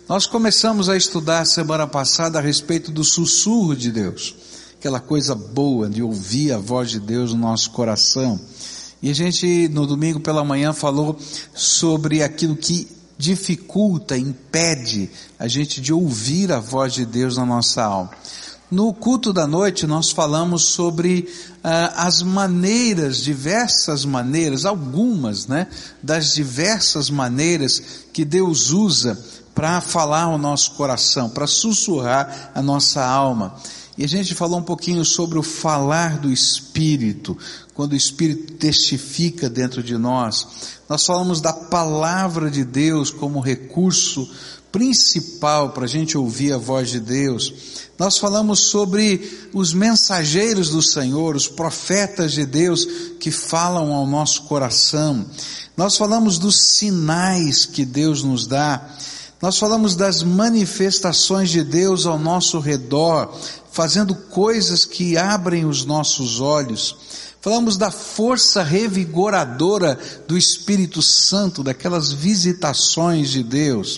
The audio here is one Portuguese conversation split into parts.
Nós começamos a estudar semana passada a respeito do sussurro de Deus, aquela coisa boa de ouvir a voz de Deus no nosso coração. E a gente no domingo pela manhã falou sobre aquilo que dificulta, impede a gente de ouvir a voz de Deus na nossa alma. No culto da noite nós falamos sobre as maneiras, diversas maneiras, algumas, das diversas maneiras que Deus usa para falar ao nosso coração, para sussurrar a nossa alma. E a gente falou um pouquinho sobre o falar do Espírito, quando o Espírito testifica dentro de nós. Nós falamos da palavra de Deus como recurso principal para a gente ouvir a voz de Deus. Nós falamos sobre os mensageiros do Senhor, os profetas de Deus que falam ao nosso coração. Nós falamos dos sinais que Deus nos dá. Nós falamos das manifestações de Deus ao nosso redor, fazendo coisas que abrem os nossos olhos. Falamos da força revigoradora do Espírito Santo, daquelas visitações de Deus.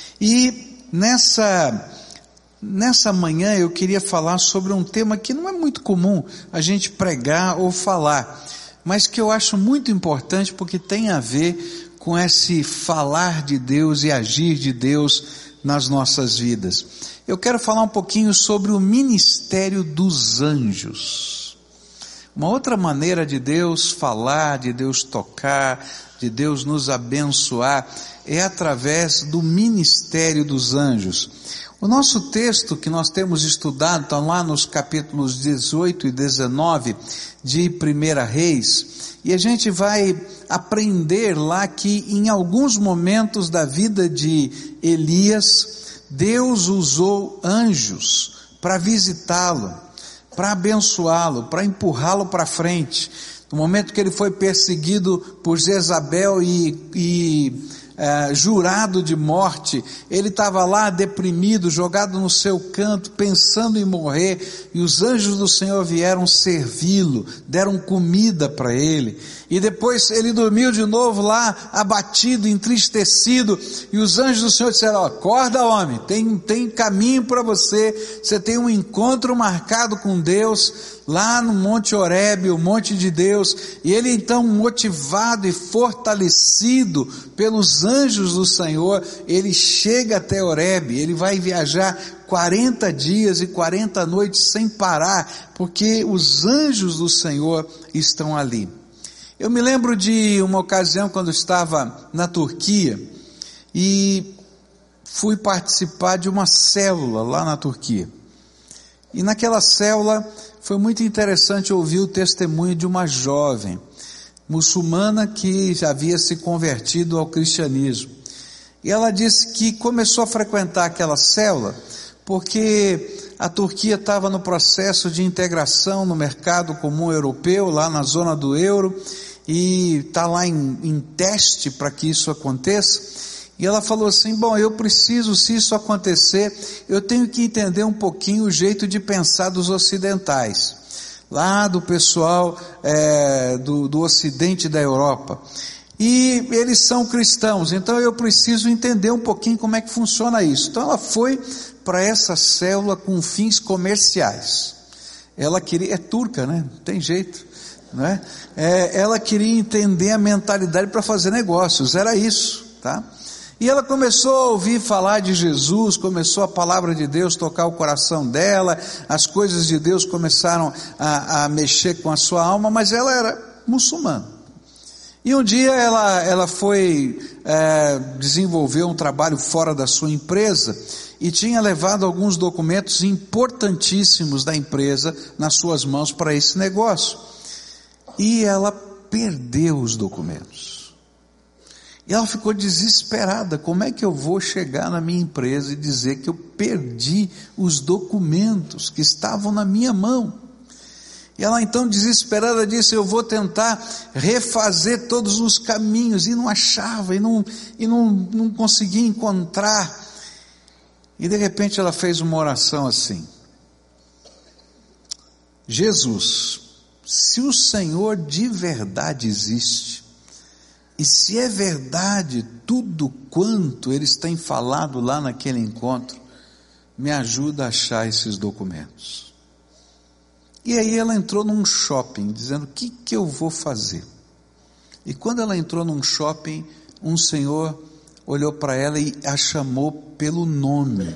E nessa manhã eu queria falar sobre um tema que não é muito comum a gente pregar ou falar, mas que eu acho muito importante porque tem a ver com esse falar de Deus e agir de Deus nas nossas vidas. Eu quero falar um pouquinho sobre o ministério dos anjos. Uma outra maneira de Deus falar, de Deus tocar, de Deus nos abençoar, é através do ministério dos anjos. O nosso texto que nós temos estudado está lá nos capítulos 18 e 19 de 1 Reis, e a gente vai aprender lá que em alguns momentos da vida de Elias, Deus usou anjos para visitá-lo, para abençoá-lo, para empurrá-lo para frente. No momento que ele foi perseguido por Jezabel e jurado de morte, ele estava lá deprimido, jogado no seu canto, pensando em morrer, e os anjos do Senhor vieram servi-lo, deram comida para ele, e depois ele dormiu de novo lá, abatido, entristecido, e os anjos do Senhor disseram: acorda, homem, tem caminho para você, você tem um encontro marcado com Deus, lá no Monte Horebe, o monte de Deus. E ele então, motivado e fortalecido pelos anjos do Senhor, ele chega até Horebe, ele vai viajar 40 dias e 40 noites sem parar, porque os anjos do Senhor estão ali. Eu me lembro de uma ocasião quando estava na Turquia, e fui participar de uma célula lá na Turquia, e naquela célula foi muito interessante ouvir o testemunho de uma jovem muçulmana que já havia se convertido ao cristianismo. E ela disse que começou a frequentar aquela célula porque a Turquia estava no processo de integração no mercado comum europeu, lá na zona do euro, e está lá em teste para que isso aconteça. E ela falou assim: bom, eu preciso, se isso acontecer, eu tenho que entender um pouquinho o jeito de pensar dos ocidentais, lá do pessoal do ocidente da Europa, e eles são cristãos, então eu preciso entender um pouquinho como é que funciona isso. Então ela foi para essa célula com fins comerciais. Ela queria, é turca, não tem jeito, ela queria entender a mentalidade para fazer negócios, era isso, tá? E ela começou a ouvir falar de Jesus, começou a palavra de Deus tocar o coração dela, as coisas de Deus começaram a mexer com a sua alma, mas ela era muçulmana. E um dia ela foi desenvolver um trabalho fora da sua empresa, e tinha levado alguns documentos importantíssimos da empresa nas suas mãos para esse negócio. E ela perdeu os documentos. E ela ficou desesperada: como é que eu vou chegar na minha empresa e dizer que eu perdi os documentos que estavam na minha mão? E ela então, desesperada, disse: eu vou tentar refazer todos os caminhos, e não achava, e não conseguia encontrar. E de repente ela fez uma oração assim: Jesus, se o Senhor de verdade existe, E se é verdade tudo quanto eles têm falado lá naquele encontro, me ajuda a achar esses documentos. E aí ela entrou num shopping, dizendo, o que eu vou fazer? E quando ela entrou num shopping, um senhor olhou para ela e a chamou pelo nome.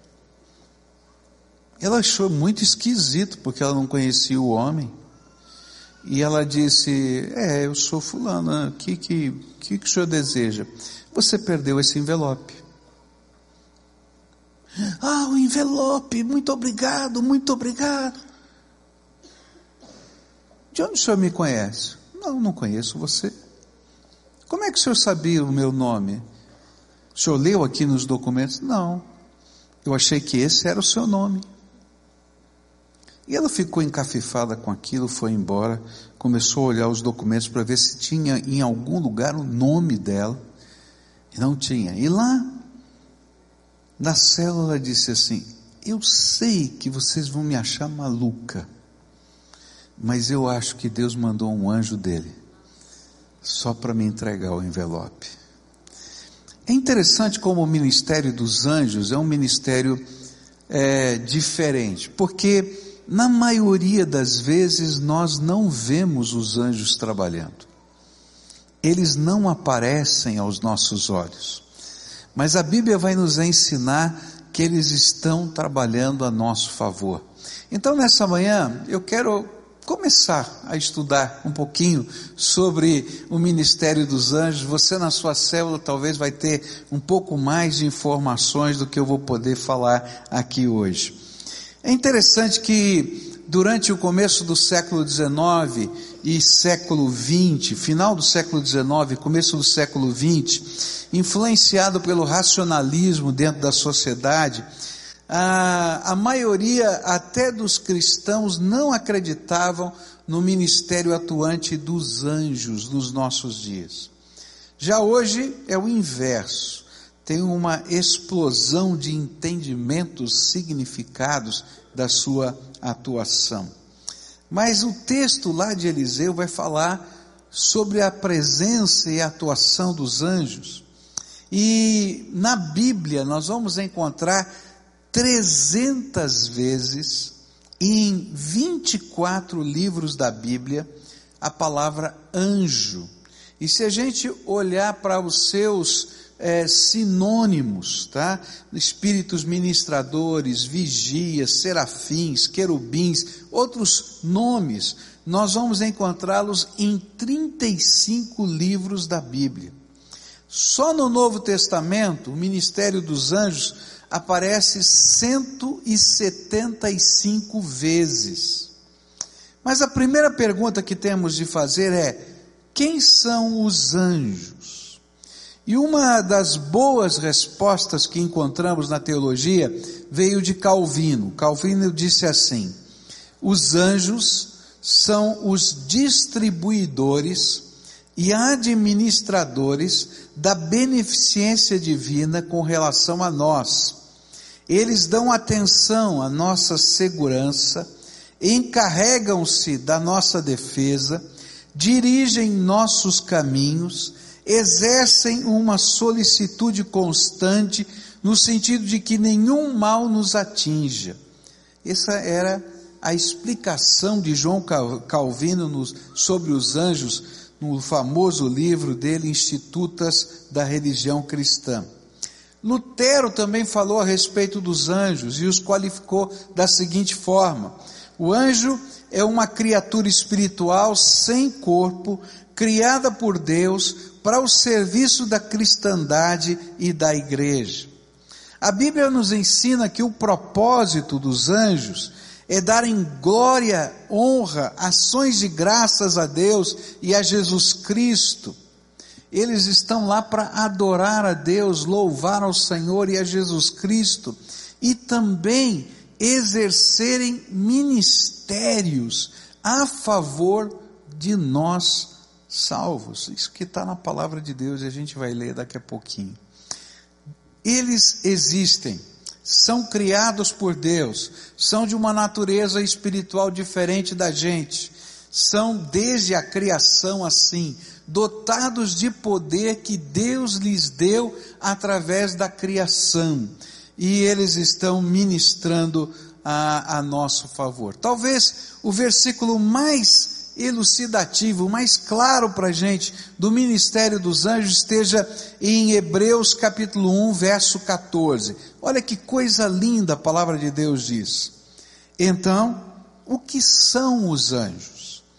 Ela achou muito esquisito, porque ela não conhecia o homem. E ela disse, eu sou fulana, o que o senhor deseja? Você perdeu esse envelope. Ah, o envelope, muito obrigado, muito obrigado. De onde o senhor me conhece? Não conheço você. Como é que o senhor sabia o meu nome? O senhor leu aqui nos documentos? Não, eu achei que esse era o seu nome. E ela ficou encafifada com aquilo, foi embora, começou a olhar os documentos para ver se tinha em algum lugar o nome dela, e não tinha. E lá, na célula, ela disse assim, eu sei que vocês vão me achar maluca, mas eu acho que Deus mandou um anjo dele, só para me entregar o envelope. É interessante como o ministério dos anjos é um ministério diferente, porque na maioria das vezes nós não vemos os anjos trabalhando. Eles não aparecem aos nossos olhos. Mas a Bíblia vai nos ensinar que eles estão trabalhando a nosso favor. Então nessa manhã eu quero começar a estudar um pouquinho sobre o ministério dos anjos. Você na sua célula talvez vai ter um pouco mais de informações do que eu vou poder falar aqui hoje. É interessante que durante o começo do século XIX e século XX, final do século XIX, começo do século XX, influenciado pelo racionalismo dentro da sociedade, a maioria até dos cristãos não acreditavam no ministério atuante dos anjos nos nossos dias. Já hoje é o inverso. Tem uma explosão de entendimentos, significados da sua atuação. Mas o texto lá de Eliseu vai falar sobre a presença e a atuação dos anjos. E na Bíblia nós vamos encontrar 300 vezes, em 24 livros da Bíblia, a palavra anjo. E se a gente olhar para os seus sinônimos, tá? Espíritos ministradores, vigias, serafins, querubins, outros nomes, nós vamos encontrá-los em 35 livros da Bíblia. Só no Novo Testamento, o ministério dos anjos aparece 175 vezes. Mas a primeira pergunta que temos de fazer é: quem são os anjos? E uma das boas respostas que encontramos na teologia veio de Calvino. Calvino disse assim: os anjos são os distribuidores e administradores da beneficência divina com relação a nós. Eles dão atenção à nossa segurança, encarregam-se da nossa defesa, dirigem nossos caminhos, exercem uma solicitude constante no sentido de que nenhum mal nos atinja. Essa era a explicação de João Calvino sobre os anjos no famoso livro dele, Institutas da Religião Cristã. Lutero também falou a respeito dos anjos e os qualificou da seguinte forma: o anjo é uma criatura espiritual sem corpo, criada por Deus para o serviço da cristandade e da igreja. A Bíblia nos ensina que o propósito dos anjos é darem glória, honra, ações de graças a Deus e a Jesus Cristo. Eles estão lá para adorar a Deus, louvar ao Senhor e a Jesus Cristo, e também exercerem ministérios a favor de nós salvos. Isso que está na palavra de Deus e a gente vai ler daqui a pouquinho. Eles existem, são criados por Deus, são de uma natureza espiritual diferente da gente, são desde a criação assim, dotados de poder que Deus lhes deu através da criação, e eles estão ministrando a nosso favor. Talvez o versículo mais elucidativo, mais claro para a gente, do ministério dos anjos, esteja em Hebreus capítulo 1, verso 14, olha que coisa linda a palavra de Deus diz: então, o que são os anjos?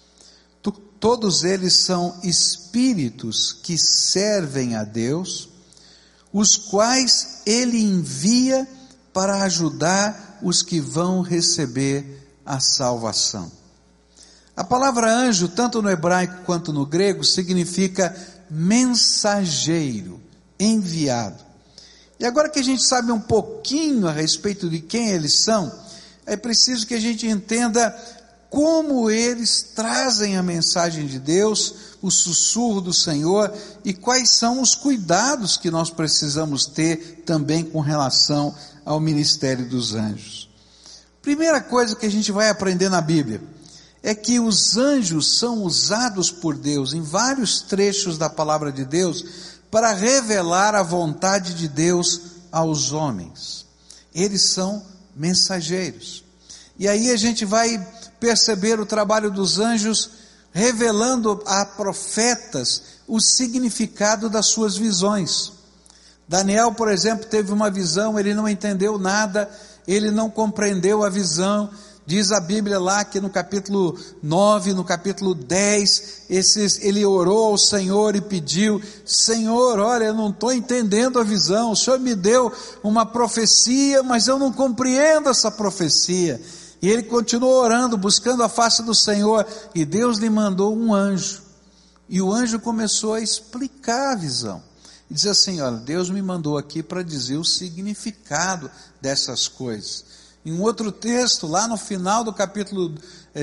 Todos eles são espíritos que servem a Deus, os quais Ele envia para ajudar os que vão receber a salvação. A palavra anjo, tanto no hebraico quanto no grego, significa mensageiro, enviado. E agora que a gente sabe um pouquinho a respeito de quem eles são, é preciso que a gente entenda como eles trazem a mensagem de Deus, o sussurro do Senhor, e quais são os cuidados que nós precisamos ter também com relação ao ministério dos anjos. Primeira coisa que a gente vai aprender na Bíblia é que os anjos são usados por Deus em vários trechos da palavra de Deus para revelar a vontade de Deus aos homens. Eles são mensageiros. E aí a gente vai perceber o trabalho dos anjos revelando a profetas o significado das suas visões. Daniel, por exemplo, teve uma visão, ele não entendeu nada, ele não compreendeu a visão. Diz a Bíblia lá que no capítulo 9, no capítulo 10, ele orou ao Senhor e pediu: Senhor, olha, eu não estou entendendo a visão, o Senhor me deu uma profecia, mas eu não compreendo essa profecia. E ele continuou orando, buscando a face do Senhor, e Deus lhe mandou um anjo, e o anjo começou a explicar a visão, e diz assim: olha, Deus me mandou aqui para dizer o significado dessas coisas. Em um outro texto, lá no final do capítulo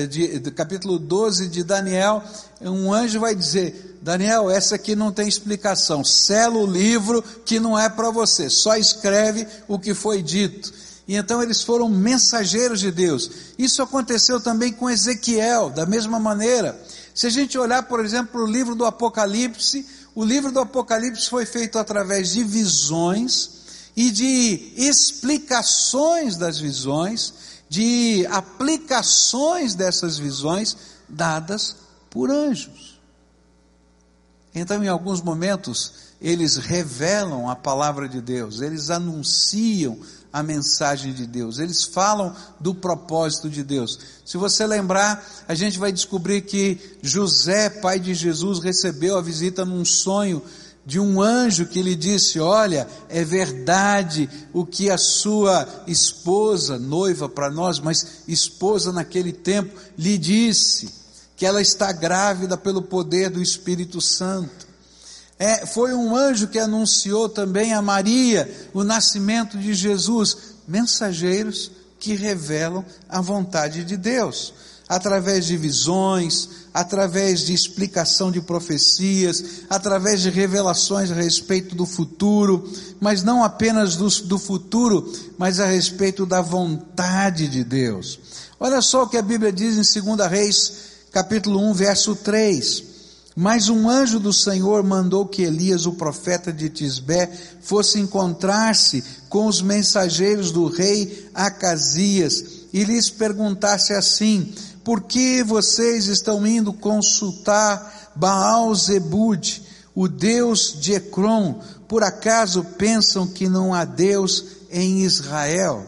12 de Daniel, um anjo vai dizer: Daniel, essa aqui não tem explicação, sela o livro que não é para você, só escreve o que foi dito. E então eles foram mensageiros de Deus. Isso aconteceu também com Ezequiel, da mesma maneira. Se a gente olhar, por exemplo, para o livro do Apocalipse, o livro do Apocalipse foi feito através de visões e de explicações das visões, de aplicações dessas visões dadas por anjos. Então, em alguns momentos, eles revelam a palavra de Deus, eles anunciam a mensagem de Deus, eles falam do propósito de Deus. Se você lembrar, a gente vai descobrir que José, pai de Jesus, recebeu a visita num sonho de um anjo que lhe disse: olha, é verdade o que a sua esposa, noiva para nós, mas esposa naquele tempo, lhe disse, que ela está grávida pelo poder do Espírito Santo. Foi um anjo que anunciou também a Maria o nascimento de Jesus. Mensageiros que revelam a vontade de Deus, através de visões, através de explicação de profecias, através de revelações a respeito do futuro, mas não apenas do futuro, mas a respeito da vontade de Deus. Olha só o que a Bíblia diz em 2 Reis, capítulo 1, verso 3. Mas um anjo do Senhor mandou que Elias, o profeta de Tisbé, fosse encontrar-se com os mensageiros do rei Acasias e lhes perguntasse assim: por que vocês estão indo consultar Baal-Zebude, o deus de Ecrom? Por acaso pensam que não há Deus em Israel?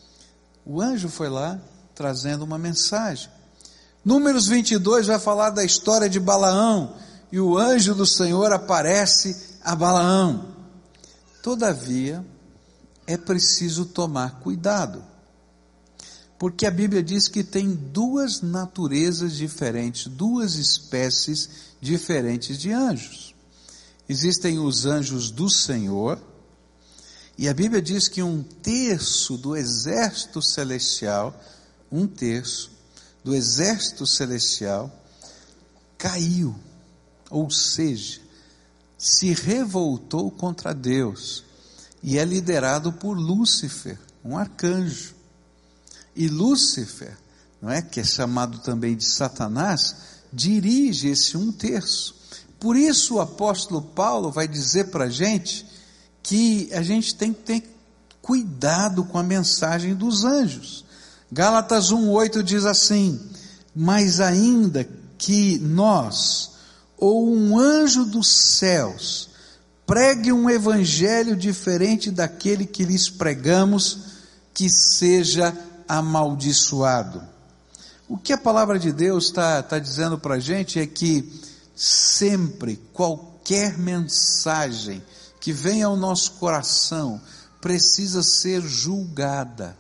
O anjo foi lá trazendo uma mensagem. Números 22 vai falar da história de Balaão, e o anjo do Senhor aparece a Balaão. Todavia, é preciso tomar cuidado, porque a Bíblia diz que tem duas naturezas diferentes, duas espécies diferentes de anjos. Existem os anjos do Senhor, e a Bíblia diz que 1/3 do exército celestial, 1/3 do exército celestial caiu, ou seja, se revoltou contra Deus, e é liderado por Lúcifer, um arcanjo. E Lúcifer não é? Que é chamado também de Satanás, dirige esse 1/3. Por isso o apóstolo Paulo vai dizer para a gente que a gente tem que ter cuidado com a mensagem dos anjos. Gálatas 1:8 diz assim: mas ainda que nós, ou um anjo dos céus, pregue um evangelho diferente daquele que lhes pregamos, que seja amaldiçoado. O que a palavra de Deus está dizendo para a gente é que sempre, qualquer mensagem que venha ao nosso coração, precisa ser julgada,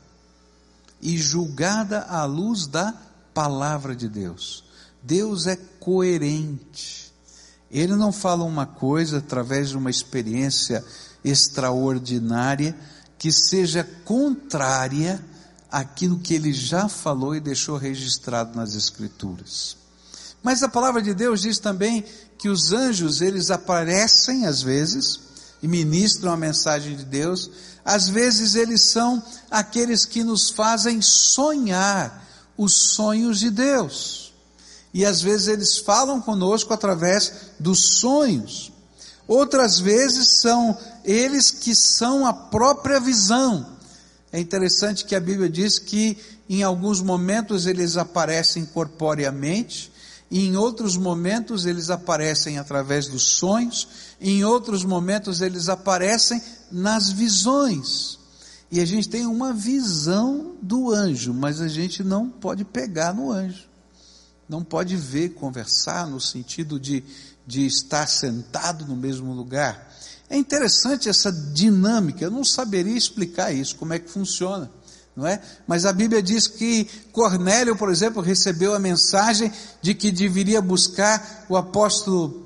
e julgada à luz da palavra de Deus. Deus é coerente, Ele não fala uma coisa através de uma experiência extraordinária que seja contrária àquilo que Ele já falou e deixou registrado nas Escrituras. Mas a palavra de Deus diz também que os anjos, eles aparecem às vezes e ministram a mensagem de Deus. Às vezes eles são aqueles que nos fazem sonhar os sonhos de Deus, e às vezes eles falam conosco através dos sonhos. Outras vezes são eles que são a própria visão. É interessante que a Bíblia diz que em alguns momentos eles aparecem corporeamente, e em outros momentos eles aparecem através dos sonhos, e em outros momentos eles aparecem nas visões. E a gente tem uma visão do anjo, mas a gente não pode pegar no anjo, não pode ver, conversar no sentido de estar sentado no mesmo lugar. É interessante essa dinâmica, eu não saberia explicar isso, como é que funciona, não é? Mas a Bíblia diz que Cornélio, por exemplo, recebeu a mensagem de que deveria buscar o apóstolo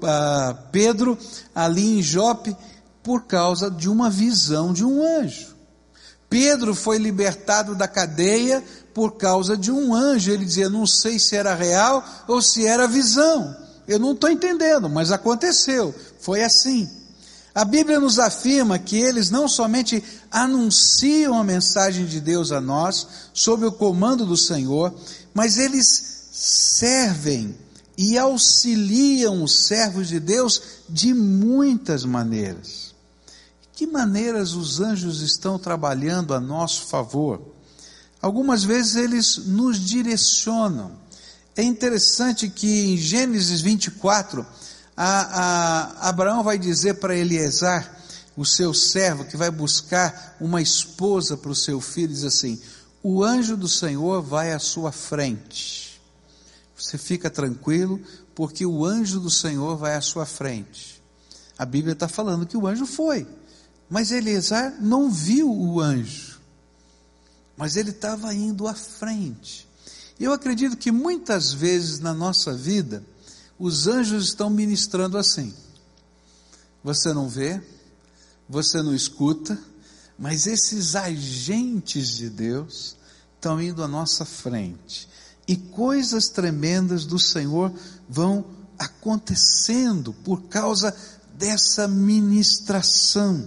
Pedro ali em Jope, por causa de uma visão de um anjo. Pedro foi libertado da cadeia por causa de um anjo. Ele dizia: não sei se era real ou se era visão, eu não estou entendendo, mas aconteceu, foi assim. A Bíblia nos afirma que eles não somente anunciam a mensagem de Deus a nós, sob o comando do Senhor, mas eles servem e auxiliam os servos de Deus de muitas maneiras. Que maneiras os anjos estão trabalhando a nosso favor? Algumas vezes eles nos direcionam. É interessante que em Gênesis 24, Abraão vai dizer para Eliezer, o seu servo, que vai buscar uma esposa para o seu filho, diz assim: o anjo do Senhor vai à sua frente. Você fica tranquilo, porque o anjo do Senhor vai à sua frente. A Bíblia está falando que o anjo foi, mas Eliezer não viu o anjo, mas ele estava indo à frente. Eu acredito que muitas vezes na nossa vida, os anjos estão ministrando assim. Você não vê, você não escuta, mas esses agentes de Deus estão indo à nossa frente, e coisas tremendas do Senhor vão acontecendo por causa dessa ministração.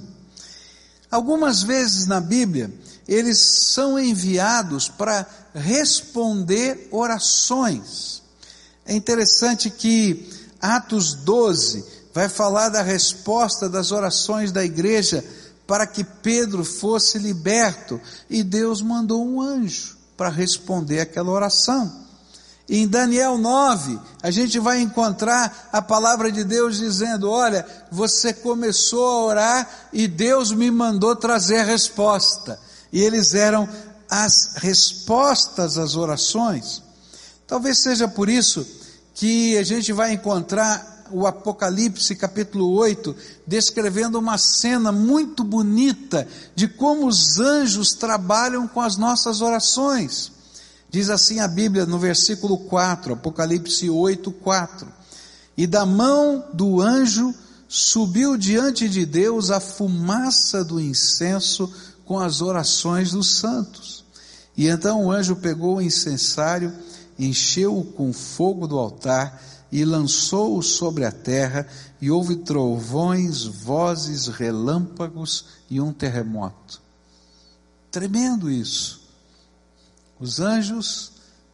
Algumas vezes na Bíblia, eles são enviados para responder orações. É interessante que Atos 12 vai falar da resposta das orações da igreja para que Pedro fosse liberto, e Deus mandou um anjo para responder aquela oração. Em Daniel 9, a gente vai encontrar a palavra de Deus dizendo: olha, você começou a orar e Deus me mandou trazer a resposta. E eles eram as respostas às orações. Talvez seja por isso que a gente vai encontrar o Apocalipse capítulo 8, descrevendo uma cena muito bonita de como os anjos trabalham com as nossas orações. Diz assim a Bíblia no versículo 4, Apocalipse 8, 4: e da mão do anjo subiu diante de Deus a fumaça do incenso com as orações dos santos. E então o anjo pegou o incensário, encheu-o com fogo do altar e lançou-o sobre a terra, e houve trovões, vozes, relâmpagos e um terremoto. Tremendo isso. Os anjos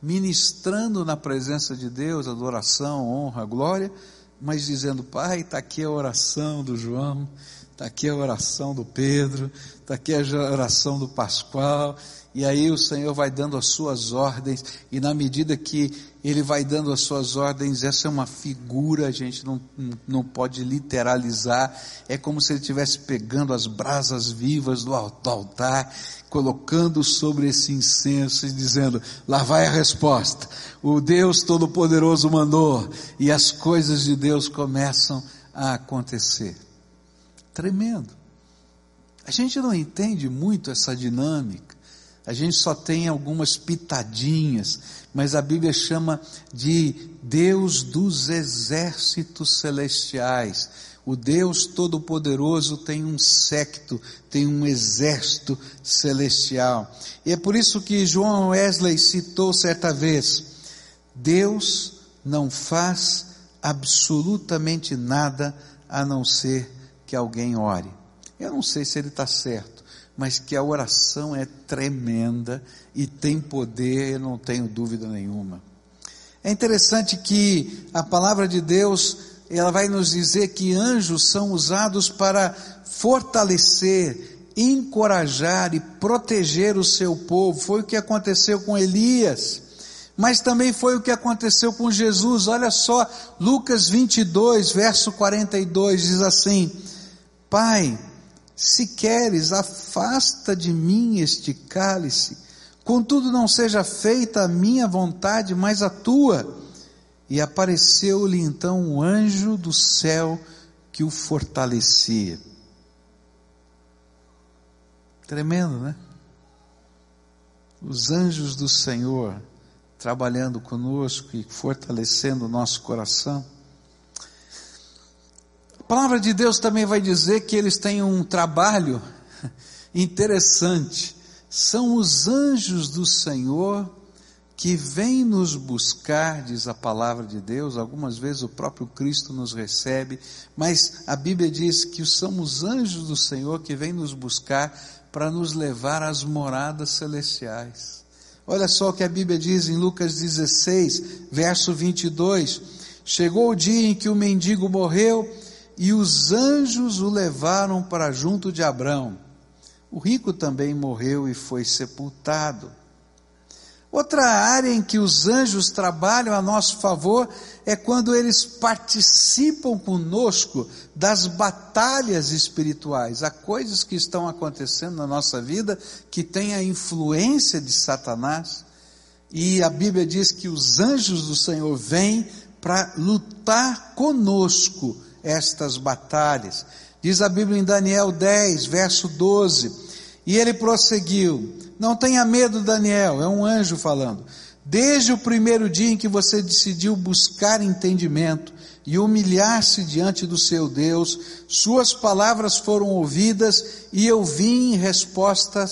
ministrando na presença de Deus, adoração, honra, glória, mas dizendo: Pai, está aqui a oração do João, está aqui a oração do Pedro, está aqui a oração do Pascoal. E aí o Senhor vai dando as suas ordens, e na medida que Ele vai dando as suas ordens, essa é uma figura, a gente não pode literalizar, é como se Ele estivesse pegando as brasas vivas do altar, colocando sobre esse incenso e dizendo: lá vai a resposta, o Deus Todo-Poderoso mandou, e as coisas de Deus começam a acontecer. Tremendo. A gente não entende muito essa dinâmica, a gente só tem algumas pitadinhas, mas a Bíblia chama de Deus dos exércitos celestiais. O Deus Todo-Poderoso tem um séquito, tem um exército celestial. E é por isso que John Wesley citou certa vez: Deus não faz absolutamente nada a não ser que alguém ore. Eu não sei se ele está certo, mas que a oração é tremenda e tem poder, eu não tenho dúvida nenhuma. É interessante que a palavra de Deus, ela vai nos dizer que anjos são usados para fortalecer, encorajar e proteger o seu povo. Foi o que aconteceu com Elias, mas também foi o que aconteceu com Jesus. Olha só, Lucas 22, verso 42, diz assim: Pai, se queres, afasta de mim este cálice, contudo não seja feita a minha vontade, mas a tua. E apareceu-lhe então um anjo do céu que o fortalecia. Tremendo, né? Os anjos do Senhor trabalhando conosco e fortalecendo o nosso coração. A palavra de Deus também vai dizer que eles têm um trabalho interessante. São os anjos do Senhor que vêm nos buscar, diz a palavra de Deus. Algumas vezes o próprio Cristo nos recebe, mas a Bíblia diz que são os anjos do Senhor que vêm nos buscar para nos levar às moradas celestiais. Olha só o que a Bíblia diz em Lucas 16, verso 22. Chegou o dia em que o mendigo morreu, e os anjos o levaram para junto de Abrão. O rico também morreu e foi sepultado. Outra área em que os anjos trabalham a nosso favor é quando eles participam conosco das batalhas espirituais. Há coisas que estão acontecendo na nossa vida que têm a influência de Satanás, e a Bíblia diz que os anjos do Senhor vêm para lutar conosco estas batalhas. Diz a Bíblia em Daniel 10, verso 12, e ele prosseguiu: não tenha medo, Daniel, é um anjo falando, desde o primeiro dia em que você decidiu buscar entendimento e humilhar-se diante do seu Deus, suas palavras foram ouvidas e eu vim em resposta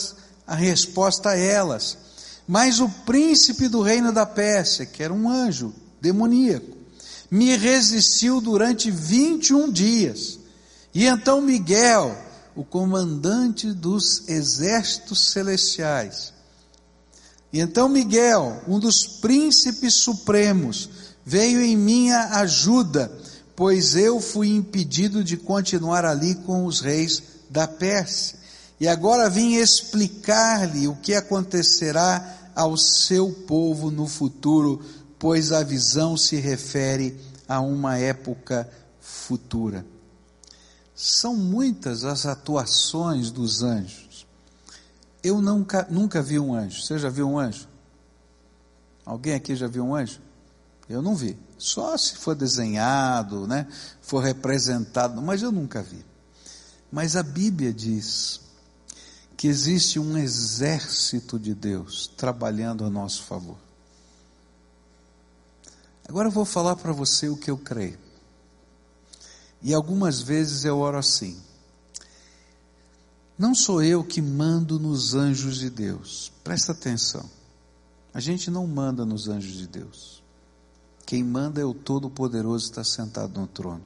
a elas. Mas o príncipe do reino da Pérsia, que era um anjo demoníaco, me resistiu durante 21 dias. E então Miguel, o comandante dos exércitos celestiais, e então Miguel, um dos príncipes supremos, veio em minha ajuda, pois eu fui impedido de continuar ali com os reis da Pérsia. E agora vim explicar-lhe o que acontecerá ao seu povo no futuro, pois a visão se refere a uma época futura. São muitas as atuações dos anjos. Eu nunca vi um anjo. Você já viu um anjo? Alguém aqui já viu um anjo? Eu não vi. Só se for desenhado, né? For representado, mas eu nunca vi. Mas a Bíblia diz que existe um exército de Deus trabalhando a nosso favor. Agora eu vou falar para você o que eu creio. E algumas vezes eu oro assim: não sou eu que mando nos anjos de Deus. Presta atenção. A gente não manda nos anjos de Deus. Quem manda é o Todo-Poderoso que está sentado no trono.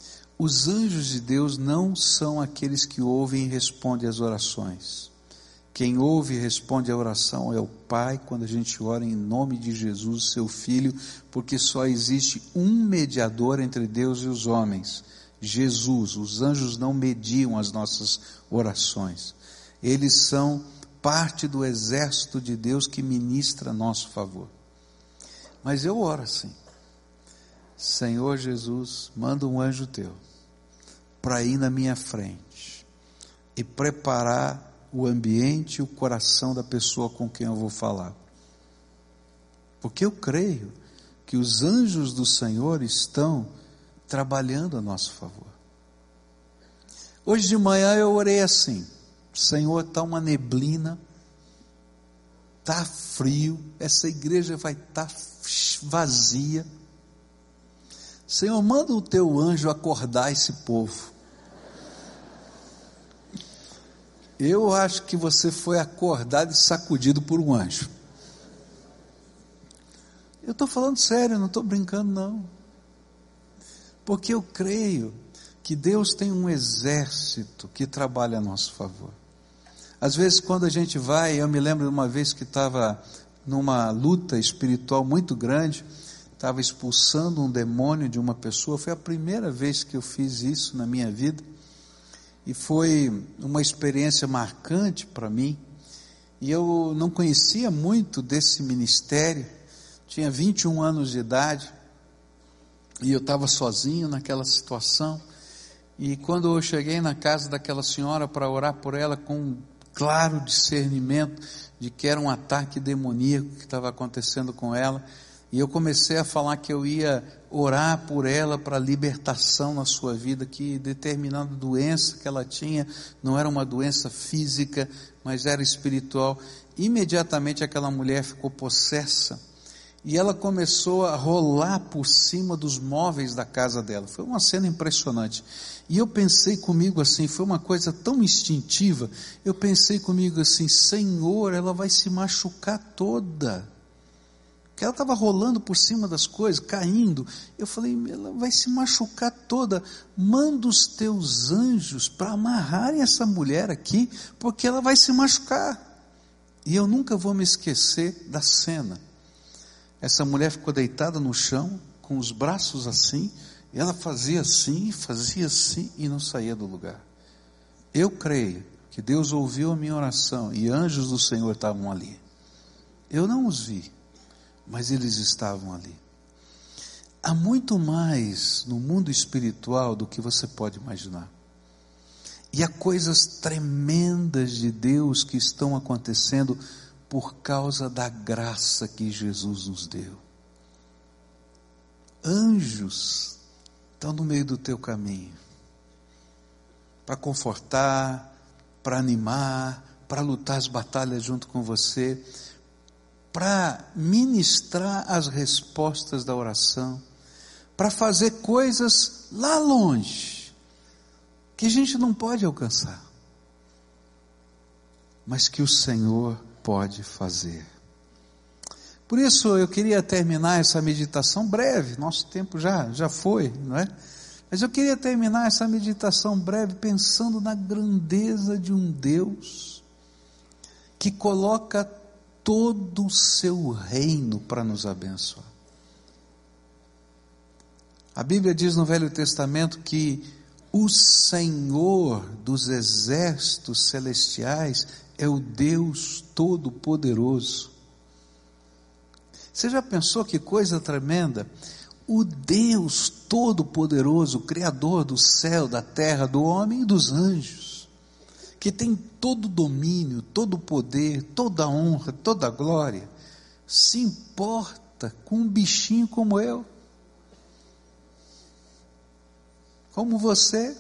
Os anjos de Deus não são aqueles que ouvem e respondem às orações. Quem ouve e responde à oração é o Pai, quando a gente ora em nome de Jesus, seu Filho, porque só existe um mediador entre Deus e os homens, Jesus. Os anjos não mediam as nossas orações. Eles são parte do exército de Deus que ministra a nosso favor. Mas eu oro assim: Senhor Jesus, manda um anjo teu para ir na minha frente e preparar o ambiente e o coração da pessoa com quem eu vou falar. Porque eu creio que os anjos do Senhor estão trabalhando a nosso favor. Hoje de manhã eu orei assim: Senhor, está uma neblina, está frio, essa igreja vai estar vazia. Senhor, manda o teu anjo acordar esse povo. Eu acho que você foi acordado e sacudido por um anjo. Eu estou falando sério, não estou brincando não. Porque eu creio que Deus tem um exército que trabalha a nosso favor. Às vezes quando a gente vai, eu me lembro de uma vez que estava numa luta espiritual muito grande, estava expulsando um demônio de uma pessoa. Foi a primeira vez que eu fiz isso na minha vida. E foi uma experiência marcante para mim, e eu não conhecia muito desse ministério, tinha 21 anos de idade, e eu estava sozinho naquela situação, e quando eu cheguei na casa daquela senhora para orar por ela, com um claro discernimento de que era um ataque demoníaco que estava acontecendo com ela, e eu comecei a falar que eu ia orar por ela para libertação na sua vida, que determinada doença que ela tinha, não era uma doença física, mas era espiritual. Imediatamente aquela mulher ficou possessa, e ela começou a rolar por cima dos móveis da casa dela. Foi uma cena impressionante, e eu pensei comigo assim, foi uma coisa tão instintiva, eu pensei comigo assim: Senhor, ela vai se machucar toda, que ela estava rolando por cima das coisas, caindo. Eu falei: ela vai se machucar toda, manda os teus anjos para amarrarem essa mulher aqui, porque ela vai se machucar. E eu nunca vou me esquecer da cena. Essa mulher ficou deitada no chão, com os braços assim, e ela fazia assim e não saía do lugar. Eu creio que Deus ouviu a minha oração, e anjos do Senhor estavam ali. Eu não os vi, mas eles estavam ali. Há muito mais no mundo espiritual do que você pode imaginar. E há coisas tremendas de Deus que estão acontecendo por causa da graça que Jesus nos deu. Anjos estão no meio do teu caminho, para confortar, para animar, para lutar as batalhas junto com você, para ministrar as respostas da oração, para fazer coisas lá longe, que a gente não pode alcançar, mas que o Senhor pode fazer. Por isso eu queria terminar essa meditação breve, nosso tempo já foi, não é? Mas eu queria terminar essa meditação breve pensando na grandeza de um Deus que coloca todo o seu reino para nos abençoar. A Bíblia diz no Velho Testamento que o Senhor dos exércitos celestiais é o Deus Todo-Poderoso. Você já pensou que coisa tremenda? O Deus Todo-Poderoso, Criador do céu, da terra, do homem e dos anjos, que tem todo o domínio, todo o poder, toda a honra, toda a glória, se importa com um bichinho como eu, como você.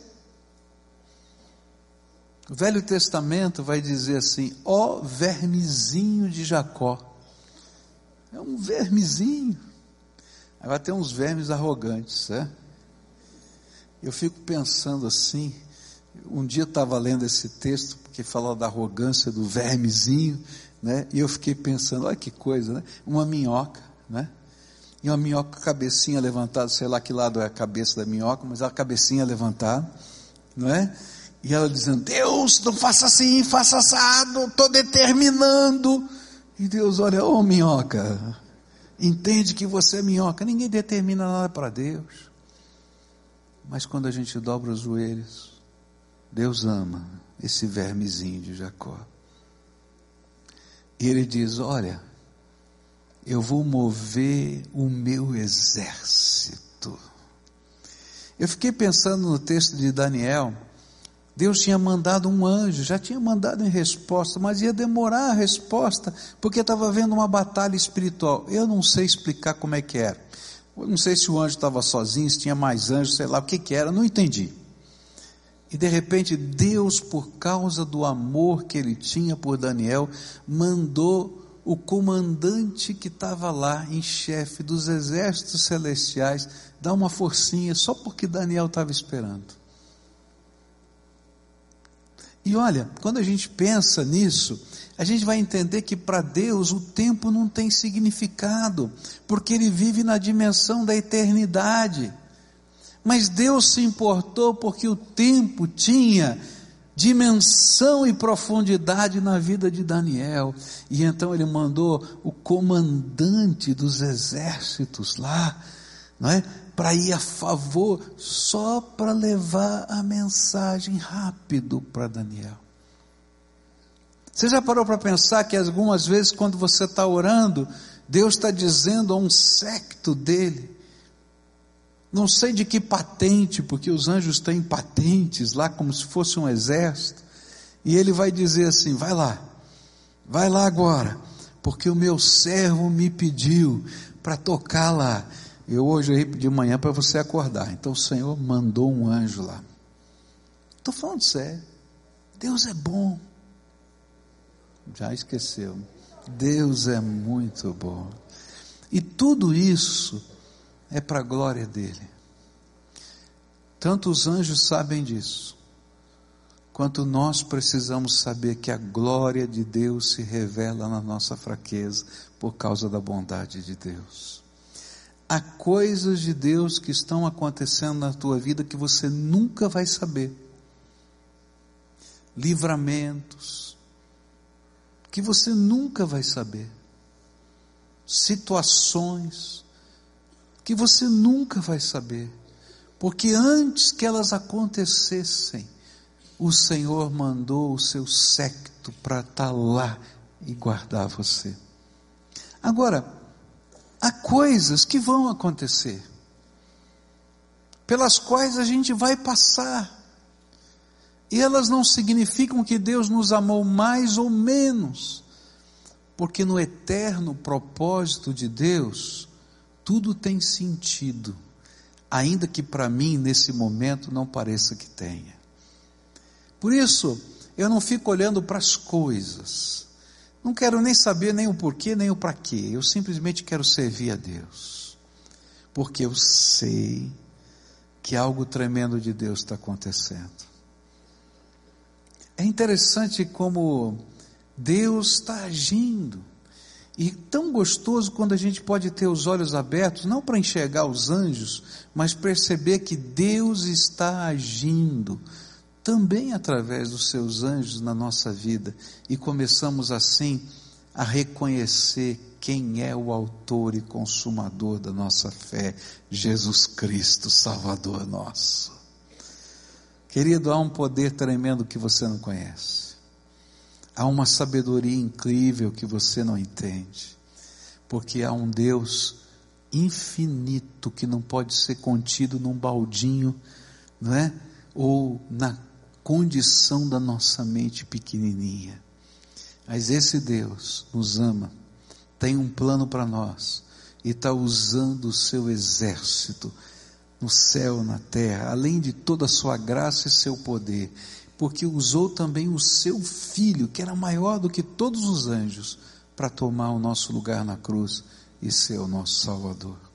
O Velho Testamento vai dizer assim: ó vermezinho de Jacó. É um vermezinho. Aí vai ter uns vermes arrogantes, né? Eu fico pensando assim, um dia eu estava lendo esse texto, porque falava da arrogância do vermezinho, né? E eu fiquei pensando, olha que coisa, né? Uma minhoca, né? E uma minhoca com a cabecinha levantada, sei lá que lado é a cabeça da minhoca, mas a cabecinha levantada, não é? E ela dizendo: Deus, não faça assim, faça assado, estou determinando. E Deus olha: ô minhoca, entende que você é minhoca. Ninguém determina nada para Deus. Mas quando a gente dobra os joelhos, Deus ama esse vermezinho de Jacó. E Ele diz: olha, eu vou mover o meu exército. Eu fiquei pensando no texto de Daniel. Deus tinha mandado um anjo, já tinha mandado em resposta, mas ia demorar a resposta, porque estava havendo uma batalha espiritual. Eu não sei explicar como é que era. Eu não sei se o anjo estava sozinho, se tinha mais anjos, sei lá o que era, não entendi. E de repente Deus, por causa do amor que Ele tinha por Daniel, mandou o comandante que estava lá, em chefe dos exércitos celestiais, dar uma forcinha, só porque Daniel estava esperando. E olha, quando a gente pensa nisso, a gente vai entender que para Deus o tempo não tem significado, porque Ele vive na dimensão da eternidade. Mas Deus se importou porque o tempo tinha dimensão e profundidade na vida de Daniel, e então Ele mandou o comandante dos exércitos lá, não é? Para ir a favor, só para levar a mensagem rápido para Daniel. Você já parou para pensar que algumas vezes quando você está orando, Deus está dizendo a um séquito dele, não sei de que patente, porque os anjos têm patentes lá como se fosse um exército, e Ele vai dizer assim: vai lá agora, porque o meu servo me pediu para tocar lá. Eu hoje orei de manhã para você acordar, então o Senhor mandou um anjo lá. Estou falando sério, Deus é bom. Já esqueceu, Deus é muito bom, e tudo isso é para a glória dEle. Tanto os anjos sabem disso, quanto nós precisamos saber que a glória de Deus se revela na nossa fraqueza, por causa da bondade de Deus. Há coisas de Deus que estão acontecendo na tua vida que você nunca vai saber. Livramentos que você nunca vai saber. Situações que você nunca vai saber. Porque antes que elas acontecessem, o Senhor mandou o seu séquito para estar lá e guardar você. Agora, há coisas que vão acontecer, pelas quais a gente vai passar, e elas não significam que Deus nos amou mais ou menos, porque no eterno propósito de Deus, tudo tem sentido, ainda que para mim nesse momento não pareça que tenha. Por isso, eu não fico olhando para as coisas, não quero nem saber nem o porquê, nem o para quê. Eu simplesmente quero servir a Deus. Porque eu sei que algo tremendo de Deus está acontecendo. É interessante como Deus está agindo. E tão gostoso quando a gente pode ter os olhos abertos, não para enxergar os anjos, mas perceber que Deus está agindo também através dos seus anjos na nossa vida, e começamos assim a reconhecer quem é o autor e consumador da nossa fé, Jesus Cristo, Salvador nosso. Querido, há um poder tremendo que você não conhece, há uma sabedoria incrível que você não entende, porque há um Deus infinito que não pode ser contido num baldinho, não é? Ou na condição da nossa mente pequenininha. Mas esse Deus nos ama, tem um plano para nós, e está usando o seu exército no céu, na terra, além de toda a sua graça e seu poder, porque usou também o seu Filho, que era maior do que todos os anjos, para tomar o nosso lugar na cruz e ser o nosso Salvador.